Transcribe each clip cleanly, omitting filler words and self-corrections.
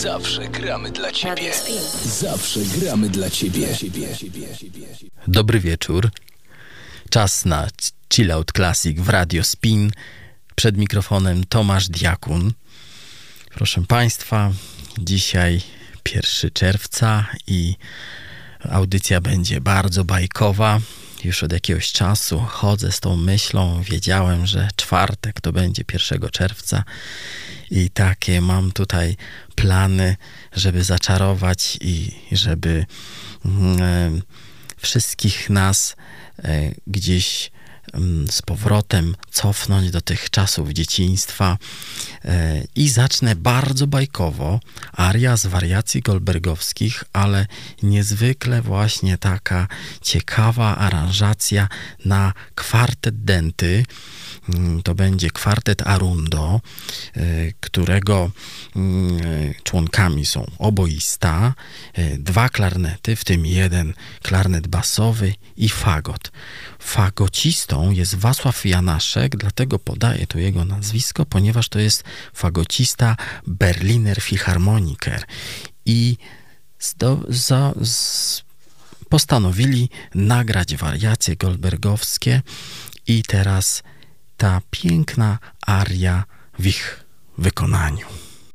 Zawsze gramy dla Ciebie. Zawsze gramy dla Ciebie. Dobry wieczór. Czas na Chill Out Classic w Radio Spin. Przed mikrofonem Tomasz Diakun. Proszę Państwa, dzisiaj 1 czerwca i audycja będzie bardzo bajkowa. Już od jakiegoś czasu chodzę z tą myślą. Wiedziałem, że czwartek to będzie 1 czerwca i takie mam tutaj plany, żeby zaczarować i żeby wszystkich nas gdzieś z powrotem cofnąć do tych czasów dzieciństwa i zacznę bardzo bajkowo. Aria z wariacji goldbergowskich, ale niezwykle właśnie taka ciekawa aranżacja na kwartet denty. To będzie kwartet Arundo, którego członkami są oboista, 2 klarnety, w tym 1 klarnet basowy i fagot. Fagocistą jest Wacław Janaszek, dlatego podaję tu jego nazwisko, ponieważ to jest fagocista Berliner Philharmoniker i postanowili nagrać wariacje goldbergowskie i teraz ta piękna aria w ich wykonaniu.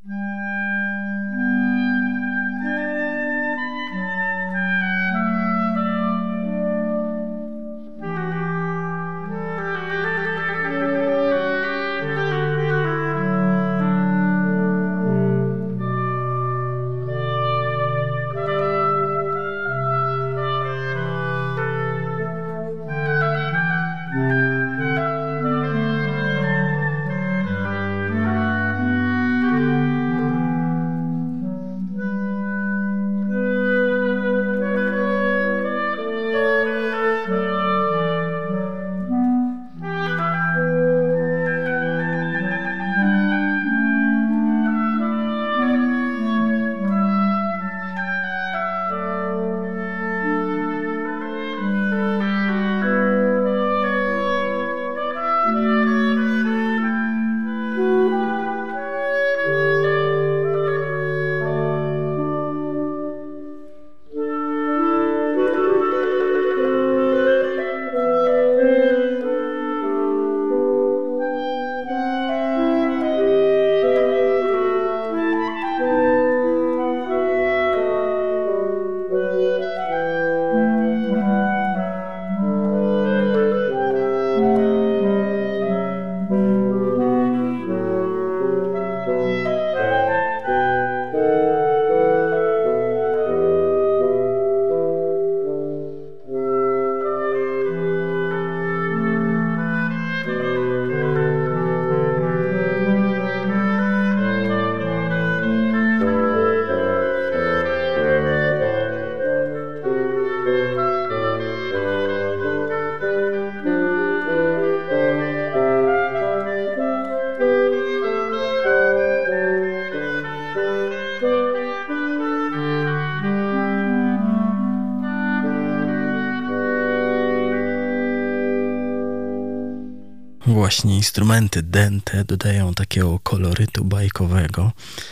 Właśnie instrumenty dente dodają takiego kolorytu bajkowego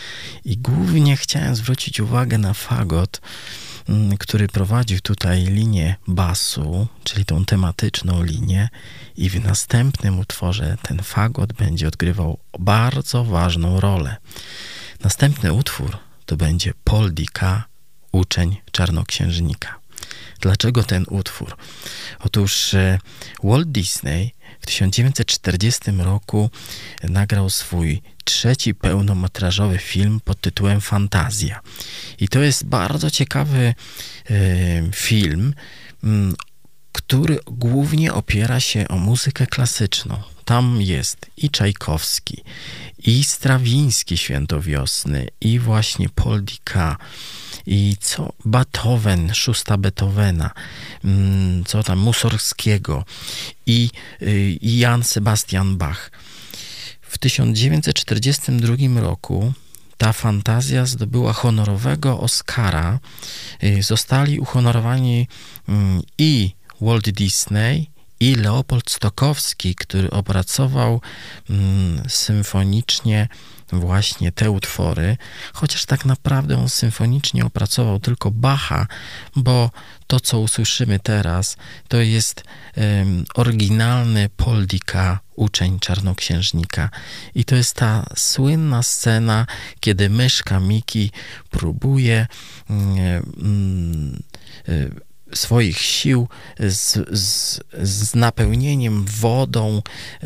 i głównie chciałem zwrócić uwagę na fagot, który prowadził tutaj linię basu, czyli tą tematyczną linię, i w następnym utworze ten fagot będzie odgrywał bardzo ważną rolę. Następny utwór to będzie Paul Dika, Uczeń Czarnoksiężnika. Dlaczego ten utwór? Otóż Walt Disney w 1940 roku nagrał swój 3. pełnometrażowy film pod tytułem Fantazja. I to jest bardzo ciekawy film, który głównie opiera się o muzykę klasyczną. Tam jest i Czajkowski, i Strawiński Świętowiosny, i właśnie Paul Dika, i co Beethoven, 6. Beethovena, co tam Mussorgskiego i Jan Sebastian Bach. W 1942 roku ta fantazja zdobyła honorowego Oscara. Zostali uhonorowani i Walt Disney, i Leopold Stokowski, który opracował symfonicznie właśnie te utwory, chociaż tak naprawdę on symfonicznie opracował tylko Bacha, bo to, co usłyszymy teraz, to jest oryginalny Paul Dika, uczeń czarnoksiężnika. I to jest ta słynna scena, kiedy myszka Miki próbuje swoich sił z napełnieniem wodą,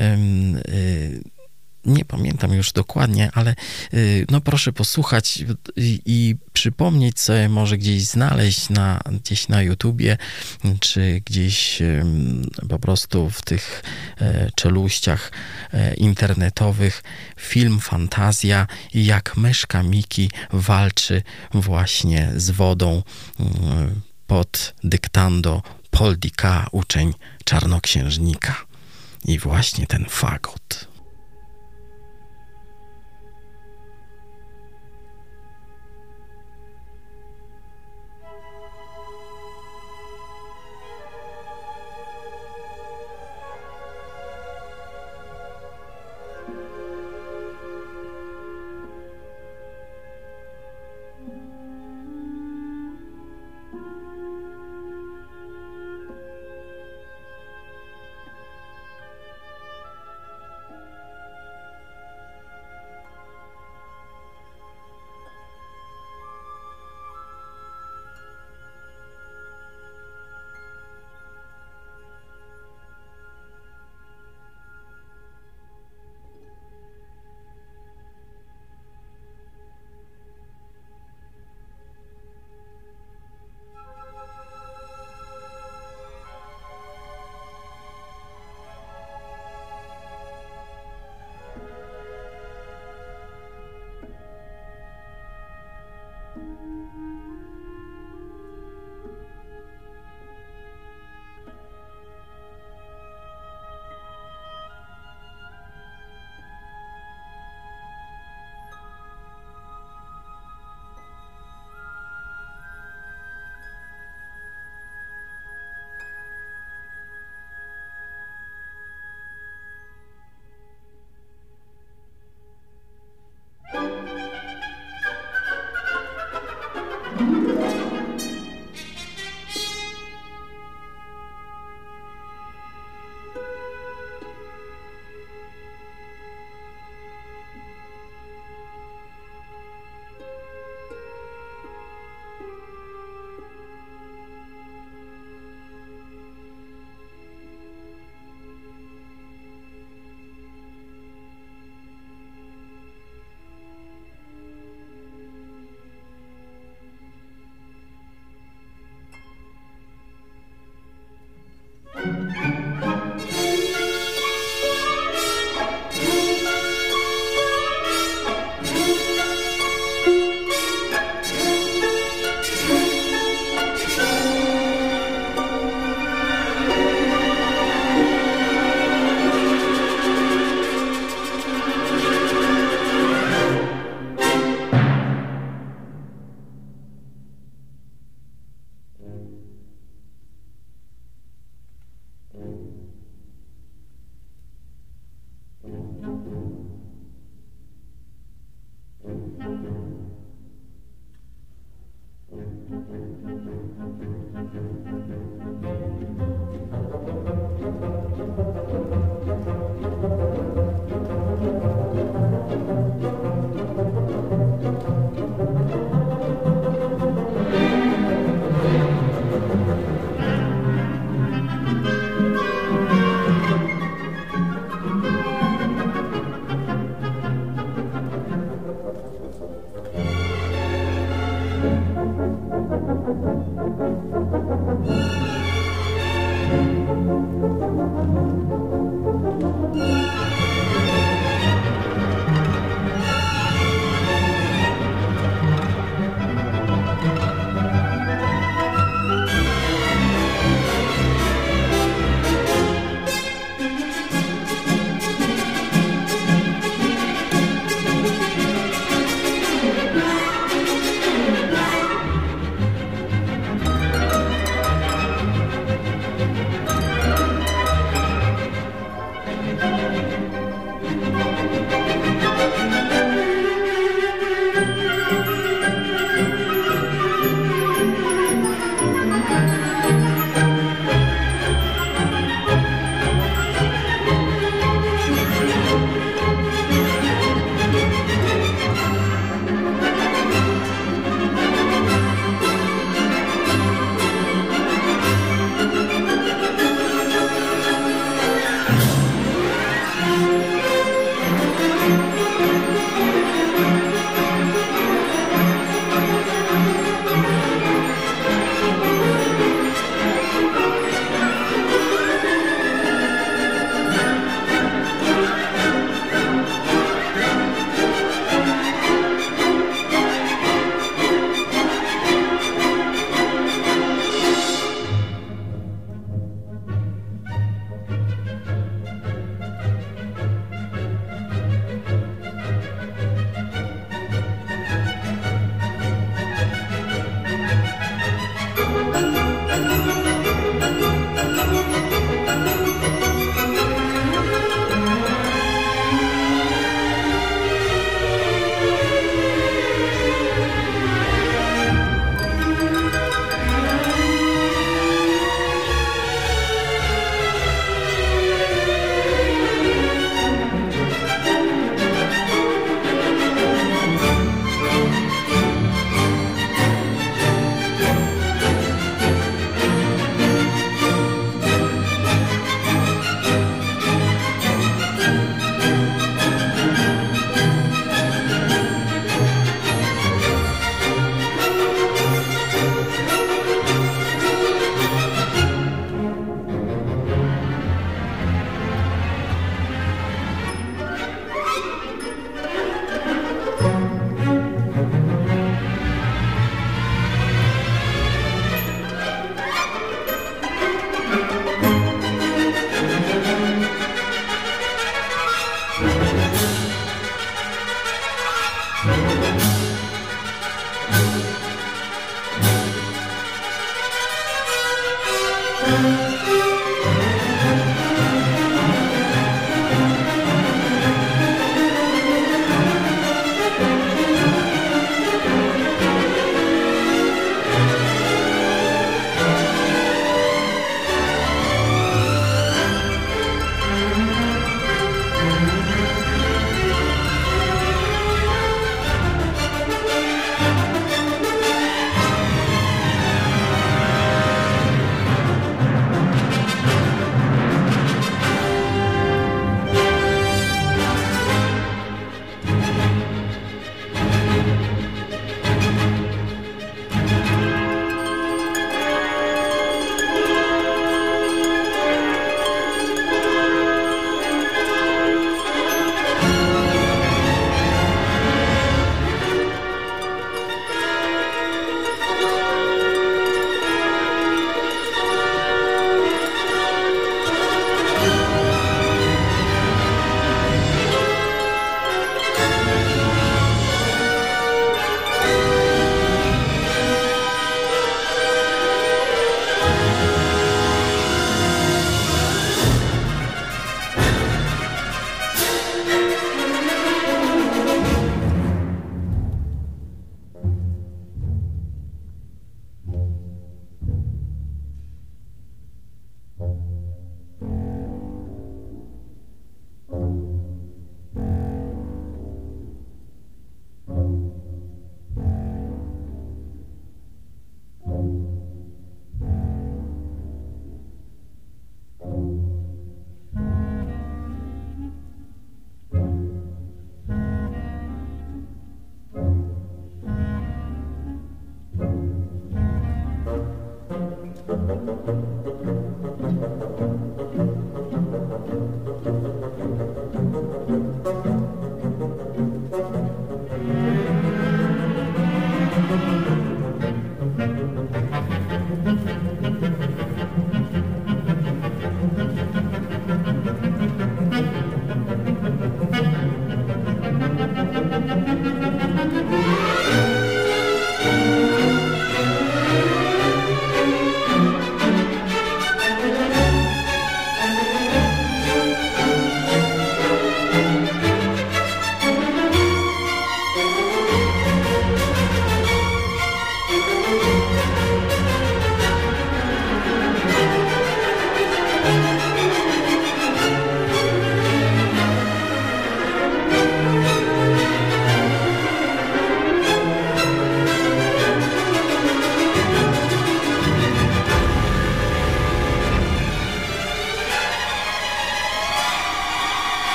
nie pamiętam już dokładnie, ale no proszę posłuchać i przypomnieć sobie, może gdzieś znaleźć gdzieś na YouTubie, czy gdzieś po prostu w tych czeluściach internetowych film Fantazja, jak myszka Miki walczy właśnie z wodą pod dyktando Paul Dika, uczeń czarnoksiężnika. I właśnie ten fagot.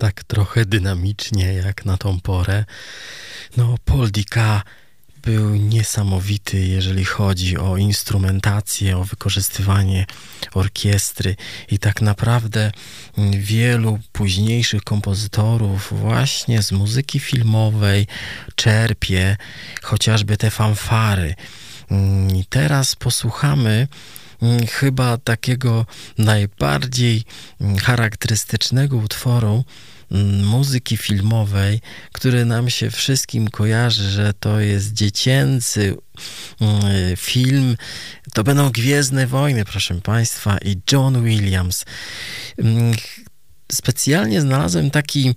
tak trochę dynamicznie jak na tą porę. No, Paul Dika był niesamowity, jeżeli chodzi o instrumentację, o wykorzystywanie orkiestry i tak naprawdę wielu późniejszych kompozytorów właśnie z muzyki filmowej czerpie chociażby te fanfary. I teraz posłuchamy chyba takiego najbardziej charakterystycznego utworu muzyki filmowej, który nam się wszystkim kojarzy, że to jest dziecięcy film. To będą Gwiezdne Wojny, proszę Państwa, i John Williams. Specjalnie znalazłem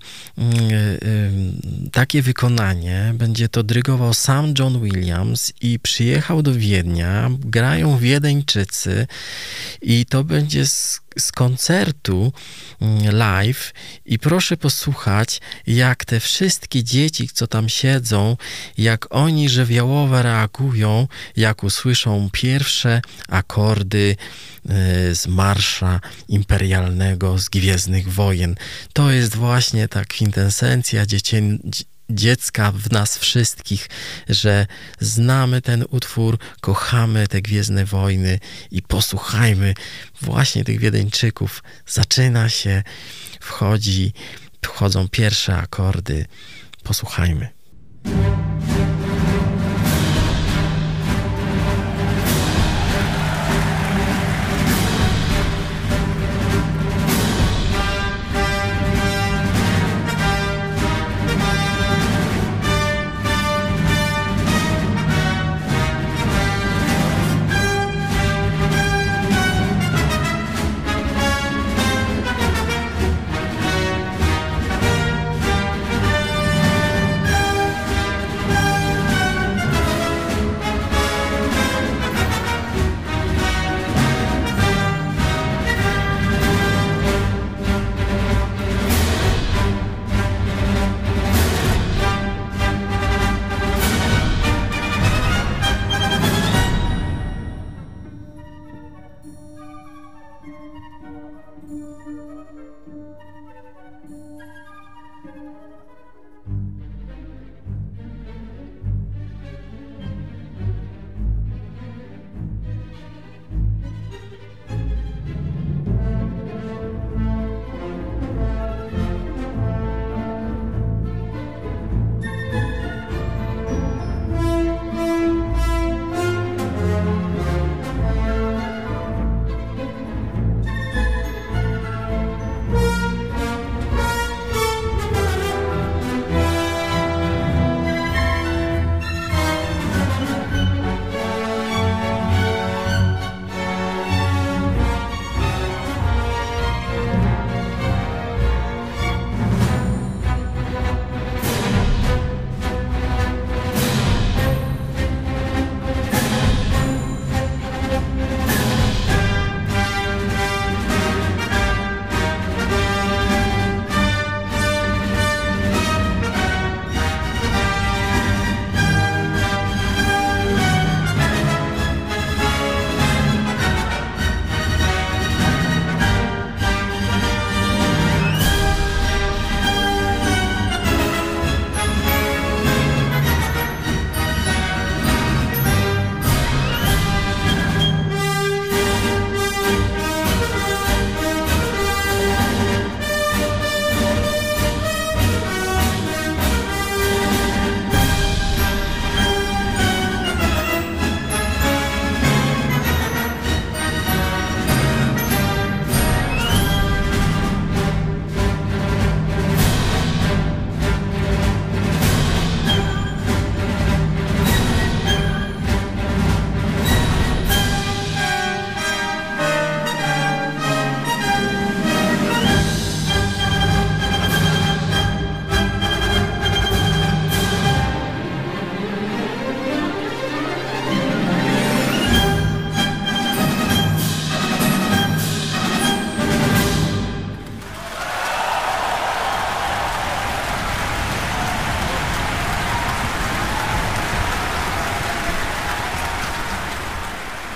takie wykonanie. Będzie to dyrygował sam John Williams i przyjechał do Wiednia. Grają Wiedeńczycy i to będzie z koncertu live i proszę posłuchać, jak te wszystkie dzieci, co tam siedzą, jak oni żywiołowo reagują, jak usłyszą pierwsze akordy z marsza imperialnego z Gwiezdnych Wojen. To jest właśnie ta kwintesencja dziecka w nas wszystkich, że znamy ten utwór, kochamy te Gwiezdne Wojny i posłuchajmy właśnie tych Wiedeńczyków. Zaczyna się, wchodzą pierwsze akordy. Posłuchajmy.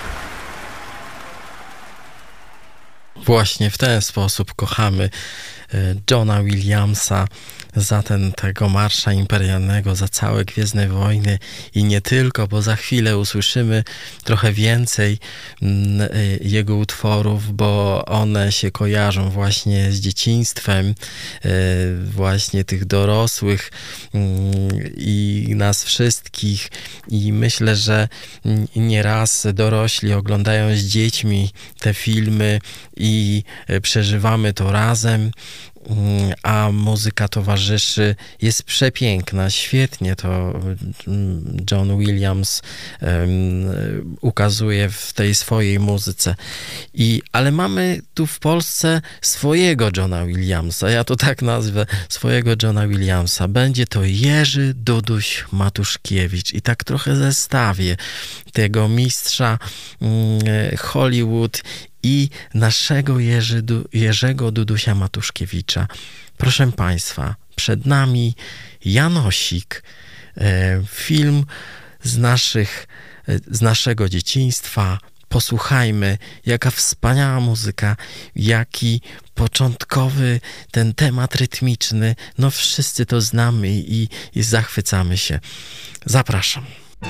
Właśnie w ten sposób kochamy Johna Williamsa, za tego Marsza Imperialnego, za całe Gwiezdne Wojny i nie tylko, bo za chwilę usłyszymy trochę więcej jego utworów, bo one się kojarzą właśnie z dzieciństwem, właśnie tych dorosłych i nas wszystkich, i myślę, że nieraz dorośli oglądają z dziećmi te filmy i przeżywamy to razem, a muzyka towarzyszy, jest przepiękna, świetnie to John Williams ukazuje w tej swojej muzyce. Ale mamy tu w Polsce swojego Johna Williamsa, ja to tak nazwę, swojego Johna Williamsa. Będzie to Jerzy Duduś Matuszkiewicz i tak trochę zestawię tego mistrza Hollywood i naszego Jerzego Dudusia Matuszkiewicza. Proszę Państwa, przed nami Janosik, film z naszego dzieciństwa. Posłuchajmy, jaka wspaniała muzyka, jaki początkowy ten temat rytmiczny. No wszyscy to znamy i zachwycamy się. Zapraszam.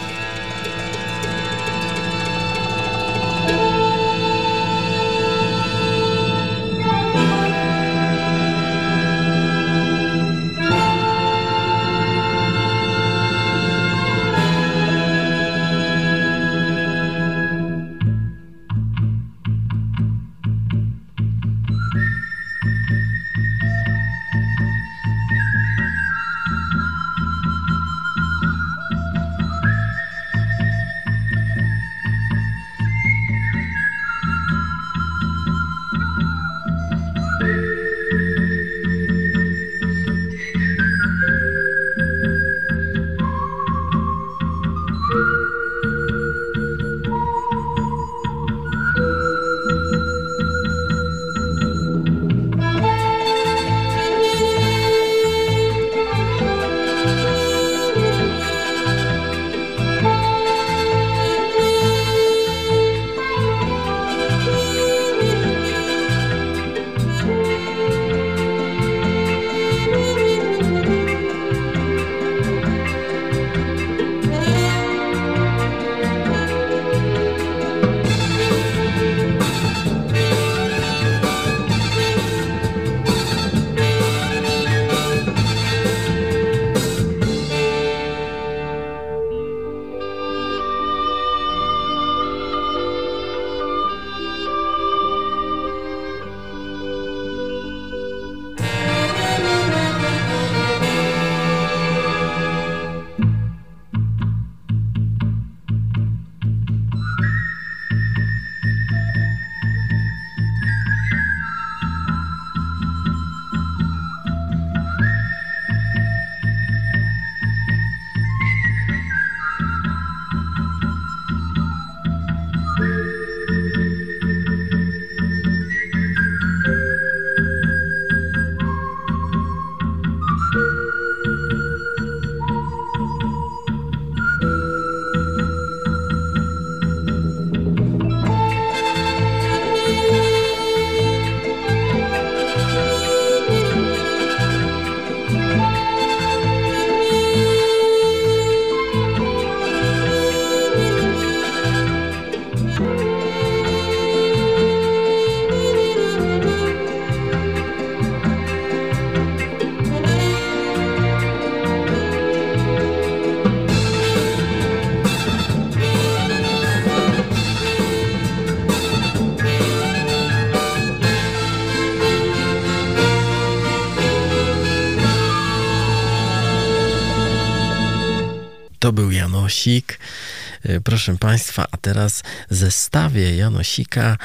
To był Janosik, proszę Państwa, a teraz zestawię Janosika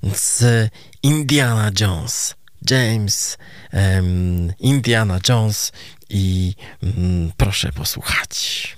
z Indiana Jones. Indiana Jones i proszę posłuchać.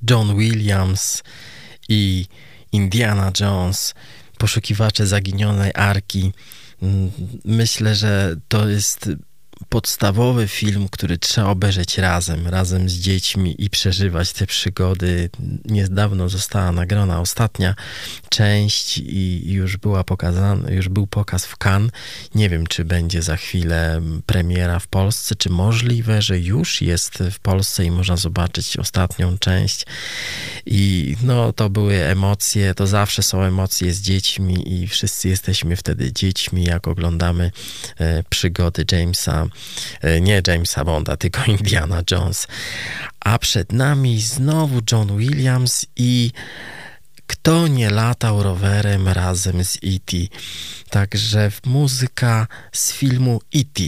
John Williams i Indiana Jones, poszukiwacze zaginionej arki. Myślę, że to jest podstawowy film, który trzeba obejrzeć razem z dziećmi i przeżywać te przygody. Niedawno została nagrana ostatnia część i już był pokaz w Cannes. Nie wiem, czy będzie za chwilę premiera w Polsce, czy możliwe, że już jest w Polsce i można zobaczyć ostatnią część. I no, to były emocje, to zawsze są emocje z dziećmi i wszyscy jesteśmy wtedy dziećmi, jak oglądamy przygody nie Jamesa Bonda, tylko Indiana Jones. A przed nami znowu John Williams i kto nie latał rowerem razem z E.T. Także muzyka z filmu E.T.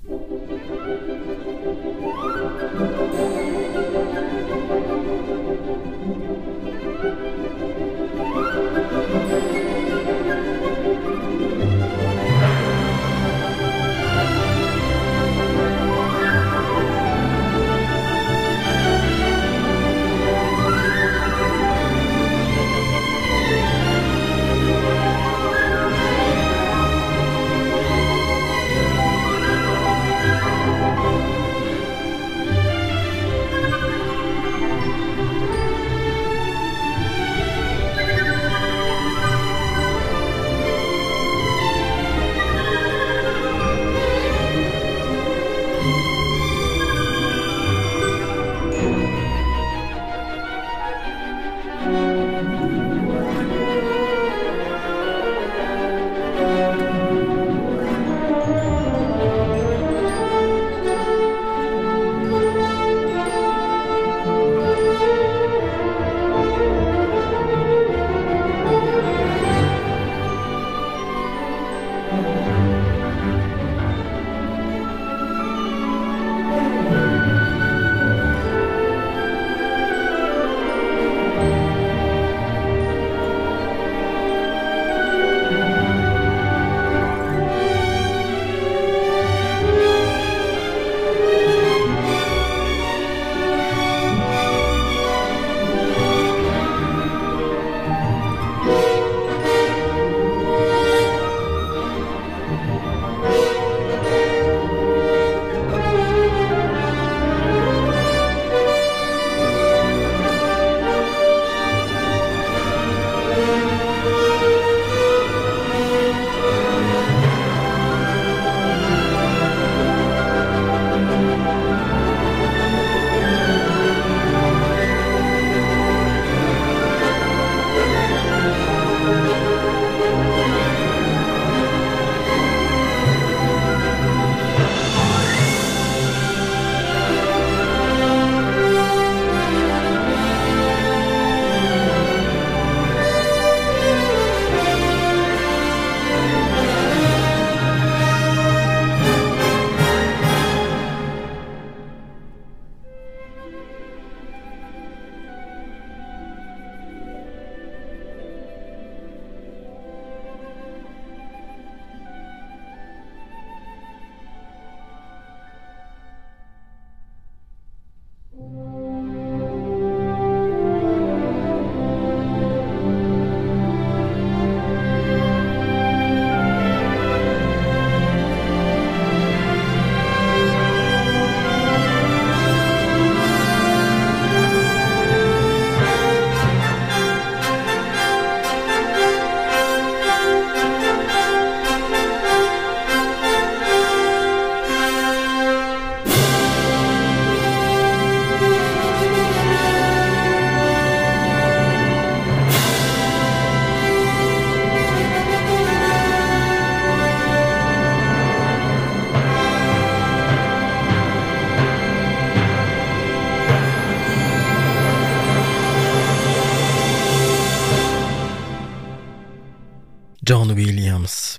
John Williams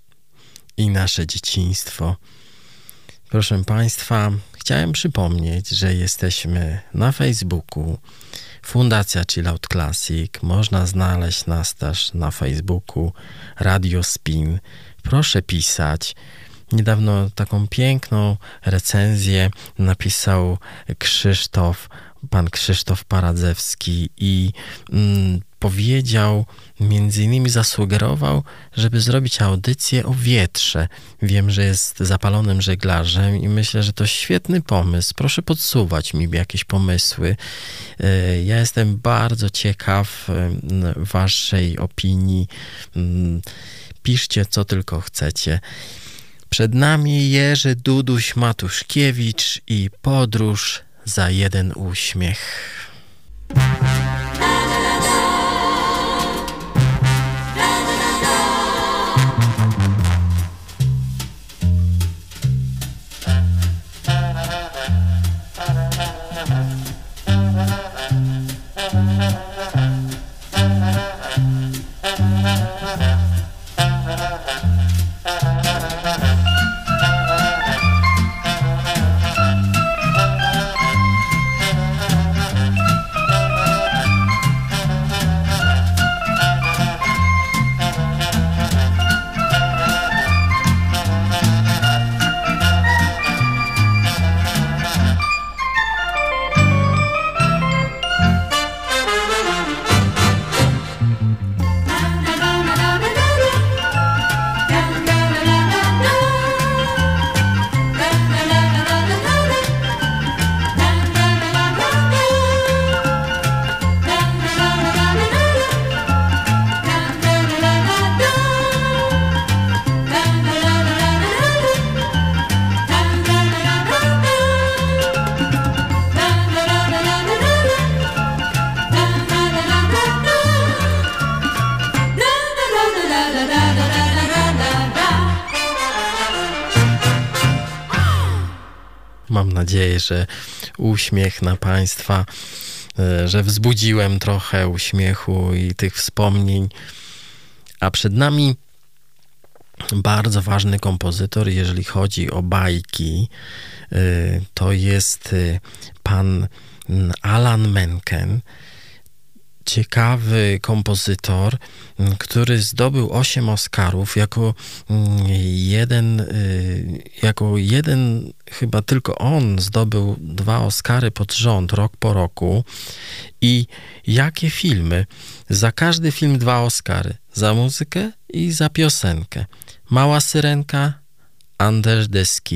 i nasze dzieciństwo. Proszę Państwa, chciałem przypomnieć, że jesteśmy na Facebooku, Fundacja Chill Out Classic. Można znaleźć nas też na Facebooku, Radio Spin. Proszę pisać. Niedawno taką piękną recenzję napisał Krzysztof pan Krzysztof Paradzewski i powiedział, między innymi zasugerował, żeby zrobić audycję o wietrze. Wiem, że jest zapalonym żeglarzem i myślę, że to świetny pomysł. Proszę podsuwać mi jakieś pomysły. Ja jestem bardzo ciekaw waszej opinii. Piszcie, co tylko chcecie. Przed nami Jerzy Duduś-Matuszkiewicz i podróż za jeden uśmiech. Mam nadzieję, że uśmiech na Państwa, że wzbudziłem trochę uśmiechu i tych wspomnień. A przed nami bardzo ważny kompozytor, jeżeli chodzi o bajki. To jest pan Alan Menken. Ciekawy kompozytor, który zdobył 8 Oscarów jako jeden chyba tylko on zdobył 2 Oscary pod rząd, rok po roku. I jakie filmy? Za każdy film 2 Oscary. Za muzykę i za piosenkę. Mała Syrenka, Under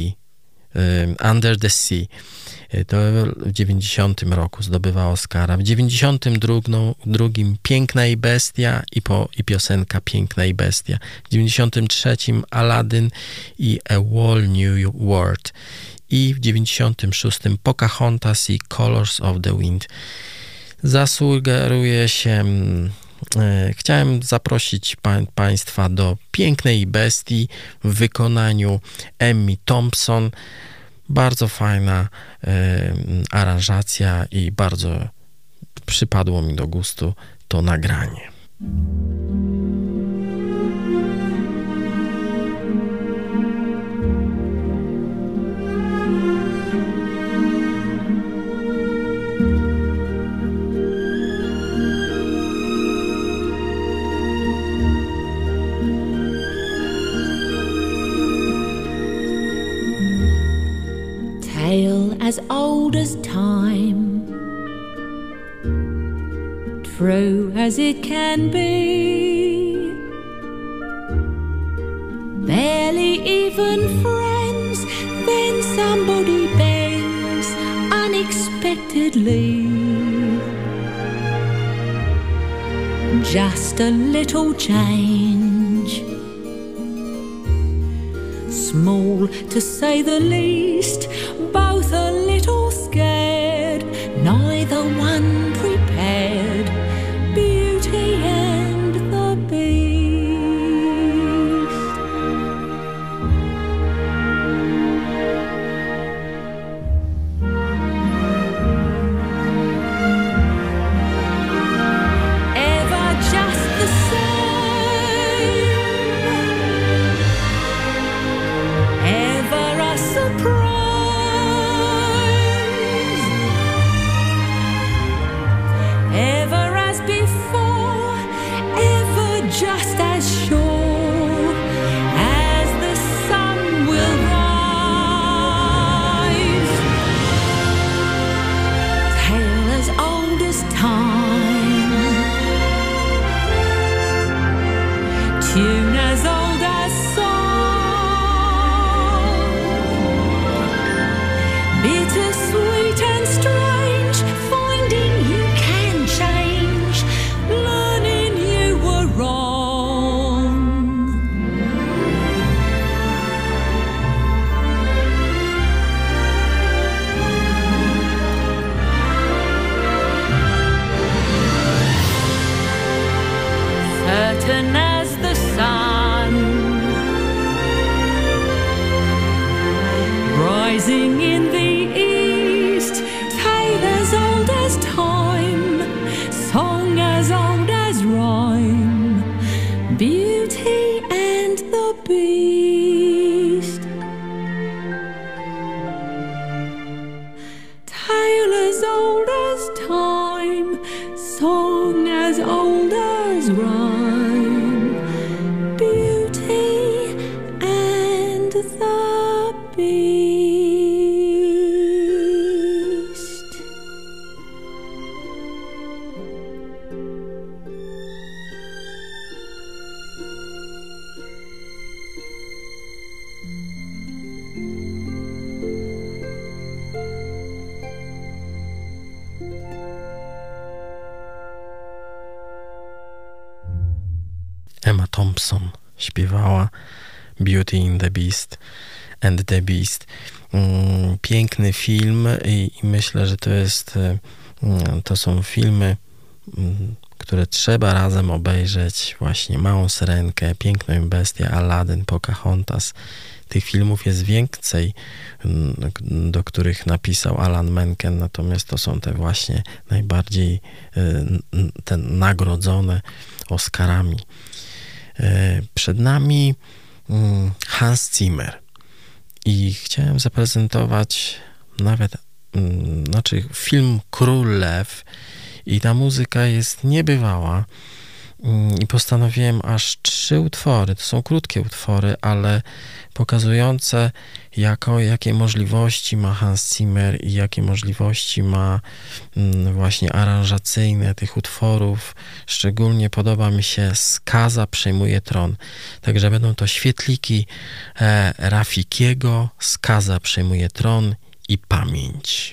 the Sea. To w 90 roku zdobywa Oscara. W 92 Piękna i Bestia i piosenka Piękna i Bestia. W 93 Aladdin i A Whole New World. I w 96 Pocahontas i Colors of the Wind. Zasugeruje się... Chciałem zaprosić Państwa do Pięknej Bestii w wykonaniu Emmy Thompson. Bardzo fajna aranżacja i bardzo przypadło mi do gustu to nagranie. Tale as old as time, true as it can be. Barely even friends, then somebody bends unexpectedly. Just a little change, small to say the least, both a little scared, neither one prepared, Beauty and the Beast. Ever just the same, ever a surprise. Emma Thompson śpiewała Beauty and the Beast. Piękny film i myślę, że to są filmy, które trzeba razem obejrzeć. Właśnie Małą Syrenkę, Piękną i Bestię, Aladdin, Pocahontas. Tych filmów jest więcej, do których napisał Alan Menken, natomiast to są te właśnie najbardziej te nagrodzone Oscarami. Przed nami Hans Zimmer i chciałem zaprezentować film Król Lew i ta muzyka jest niebywała i postanowiłem aż 3 utwory, to są krótkie utwory, ale pokazujące jakie możliwości ma Hans Zimmer i jakie możliwości ma właśnie aranżacyjne tych utworów. Szczególnie podoba mi się Skaza przejmuje tron. Także będą to świetliki Rafikiego, Skaza przejmuje tron i Pamięć.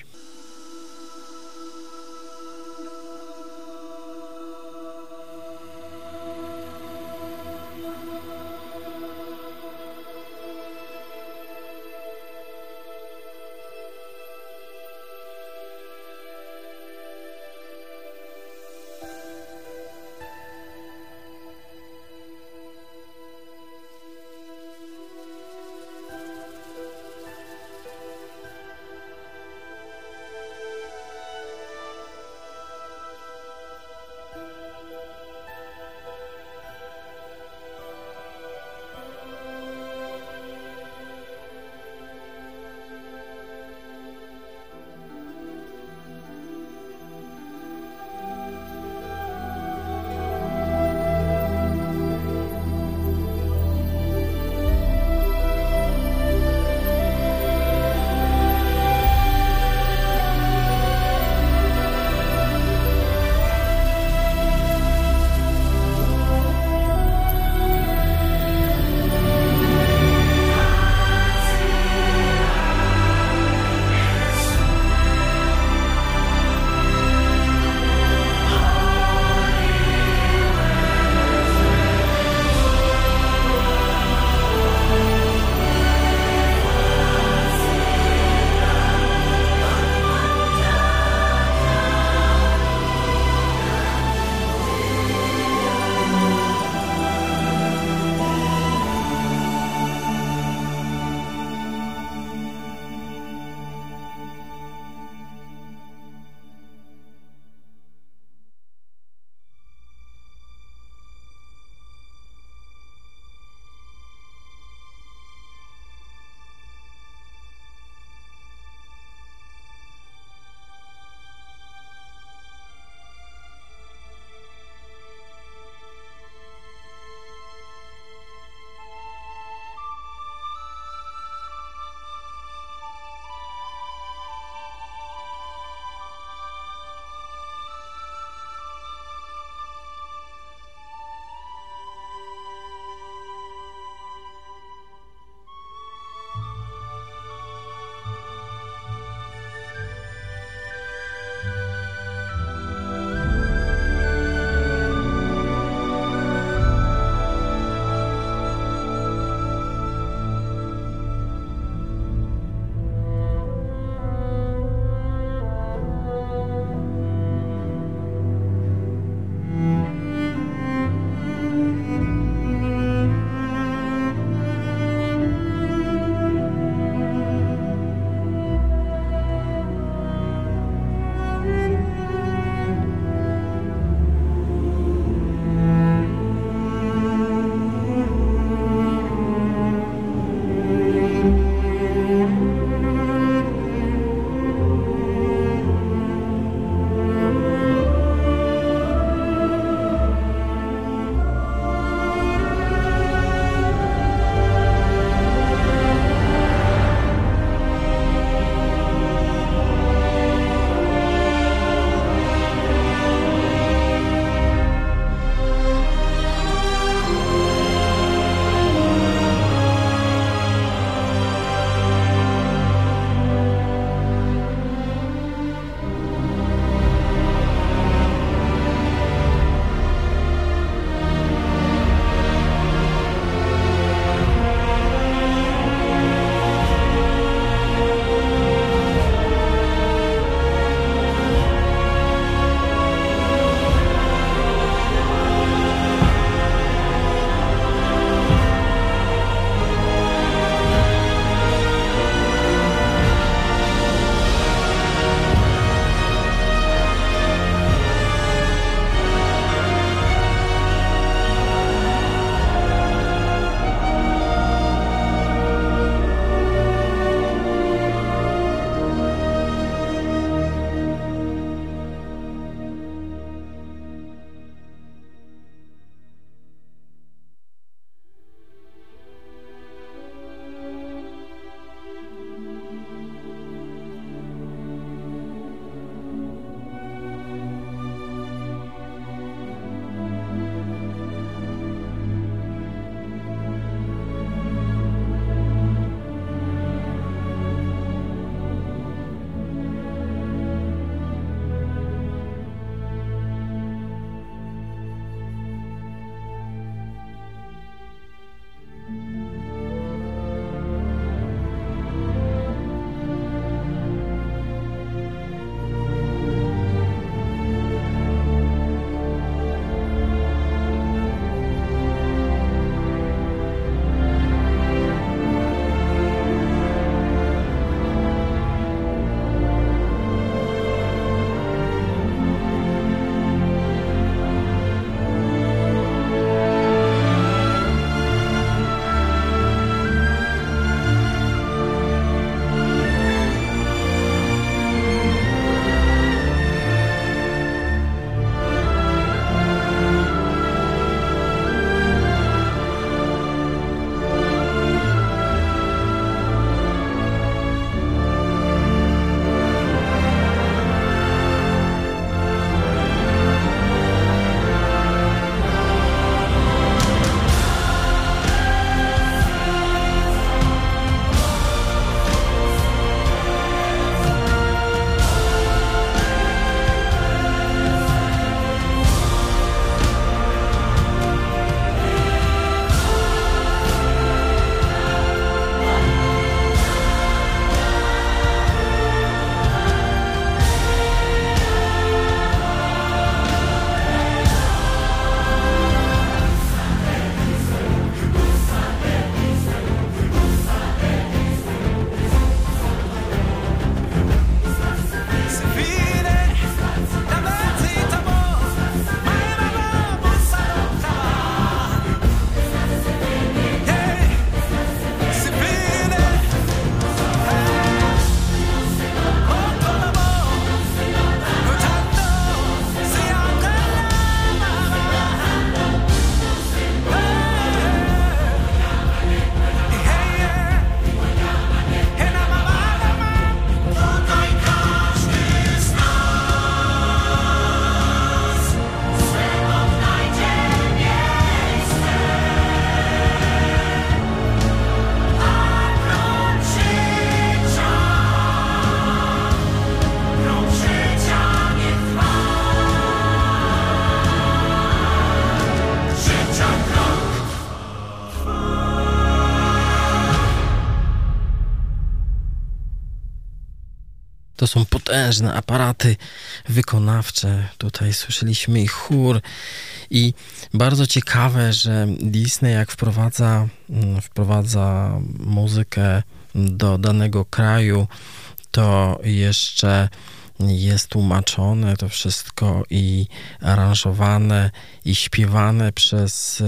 To są potężne aparaty wykonawcze. Tutaj słyszeliśmy ich chór. I bardzo ciekawe, że Disney jak wprowadza muzykę do danego kraju, to jeszcze jest tłumaczone to wszystko i aranżowane i śpiewane przez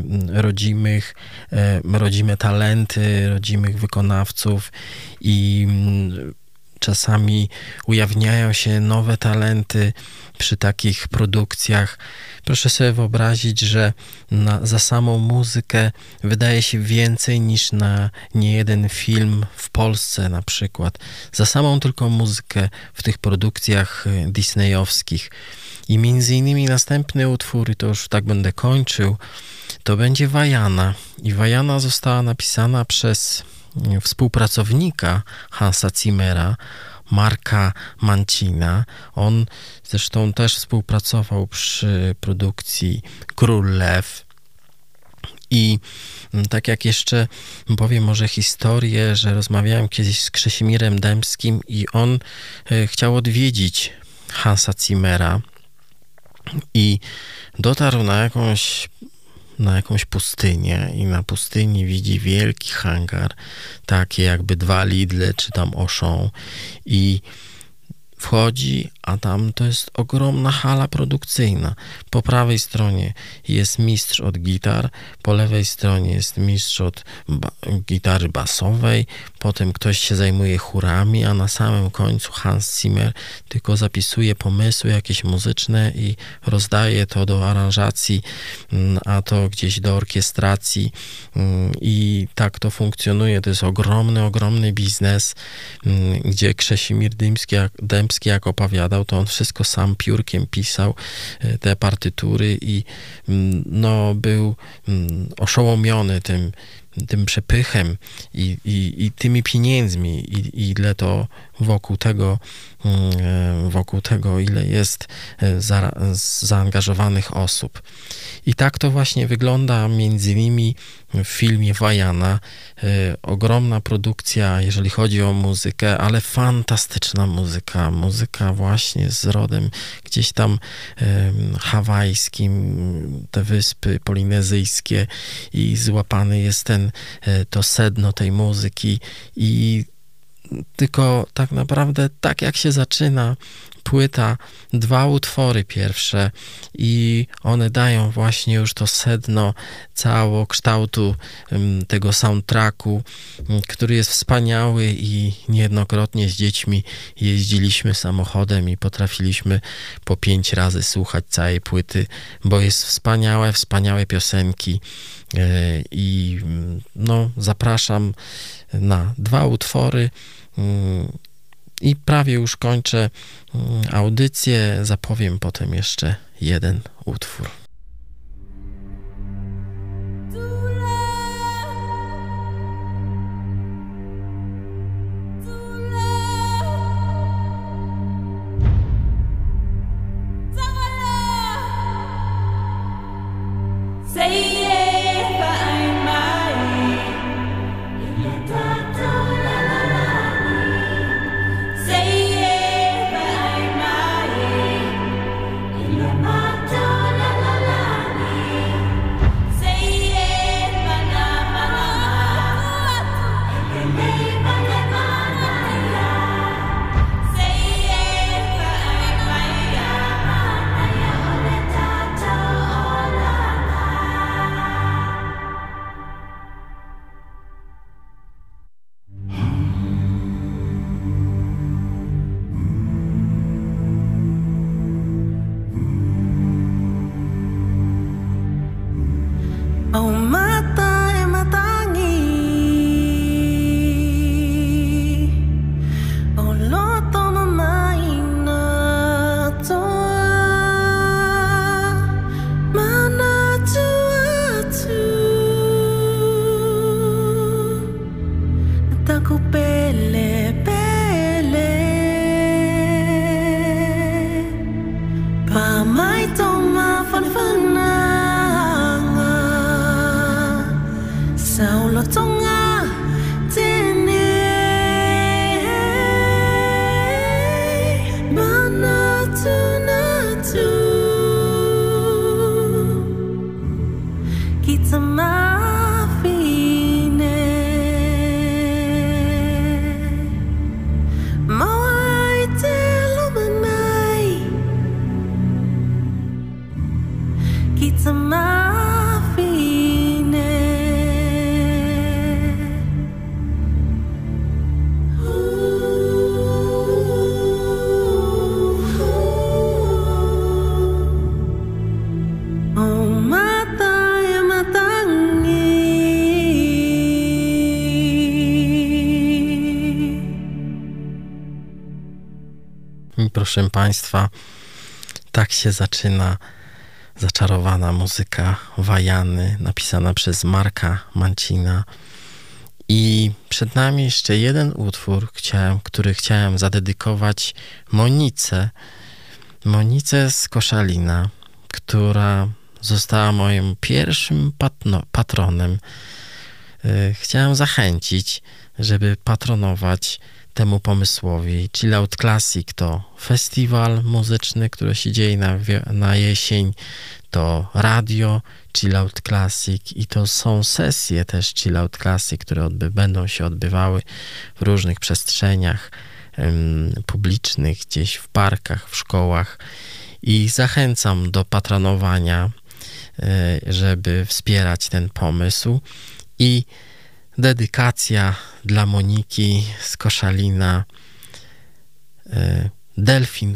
rodzime talenty, rodzimych wykonawców i czasami ujawniają się nowe talenty przy takich produkcjach. Proszę sobie wyobrazić, że za samą muzykę wydaje się więcej niż na niejeden film w Polsce na przykład. Za samą tylko muzykę w tych produkcjach disneyowskich. I między innymi następny utwór, i to już tak będę kończył, to będzie Vaiana. I Vaiana została napisana przez współpracownika Hansa Zimmera, Marka Mancina. On zresztą też współpracował przy produkcji Król Lew. I tak jak jeszcze powiem może historię, że rozmawiałem kiedyś z Krzesimierem Dębskim i on chciał odwiedzić Hansa Zimmera i dotarł na jakąś pustynię i na pustyni widzi wielki hangar, takie jakby 2 Lidle czy tam Auchan i wchodzi, a tam to jest ogromna hala produkcyjna. Po prawej stronie jest mistrz od gitar, po lewej stronie jest mistrz od gitary basowej, potem ktoś się zajmuje chórami, a na samym końcu Hans Zimmer tylko zapisuje pomysły jakieś muzyczne i rozdaje to do aranżacji, a to gdzieś do orkiestracji i tak to funkcjonuje. To jest ogromny biznes, gdzie Krzesimir Dębski jak opowiadał, to on wszystko sam piórkiem pisał, te partytury i no, był oszołomiony tym przepychem i tymi pieniędzmi i ile to wokół tego ile jest zaangażowanych osób. I tak to właśnie wygląda między innymi w filmie Vaiana. Ogromna produkcja, jeżeli chodzi o muzykę, ale fantastyczna muzyka właśnie z rodem gdzieś tam hawajskim, te wyspy polinezyjskie i złapany jest to sedno tej muzyki i tylko tak naprawdę tak jak się zaczyna płyta, 2 utwory pierwsze i one dają właśnie już to sedno całokształtu tego soundtracku, który jest wspaniały i niejednokrotnie z dziećmi jeździliśmy samochodem i potrafiliśmy po 5 razy słuchać całej płyty, bo jest wspaniałe piosenki i no zapraszam na 2 utwory i prawie już kończę audycję. Zapowiem potem jeszcze 1 utwór. La I proszę Państwa, tak się zaczyna zaczarowana muzyka Wajany, napisana przez Marka Mancina. I przed nami jeszcze jeden utwór, który chciałem zadedykować Monice z Koszalina, która została moim pierwszym patronem. Chciałem zachęcić, żeby patronować temu pomysłowi. Chill Out Classic to festiwal muzyczny, który się dzieje na jesień, to radio Chill Out Classic i to są sesje też Chill Out Classic, które będą się odbywały w różnych przestrzeniach publicznych, gdzieś w parkach, w szkołach i zachęcam do patronowania, żeby wspierać ten pomysł. I dedykacja dla Moniki z Koszalina, Delfin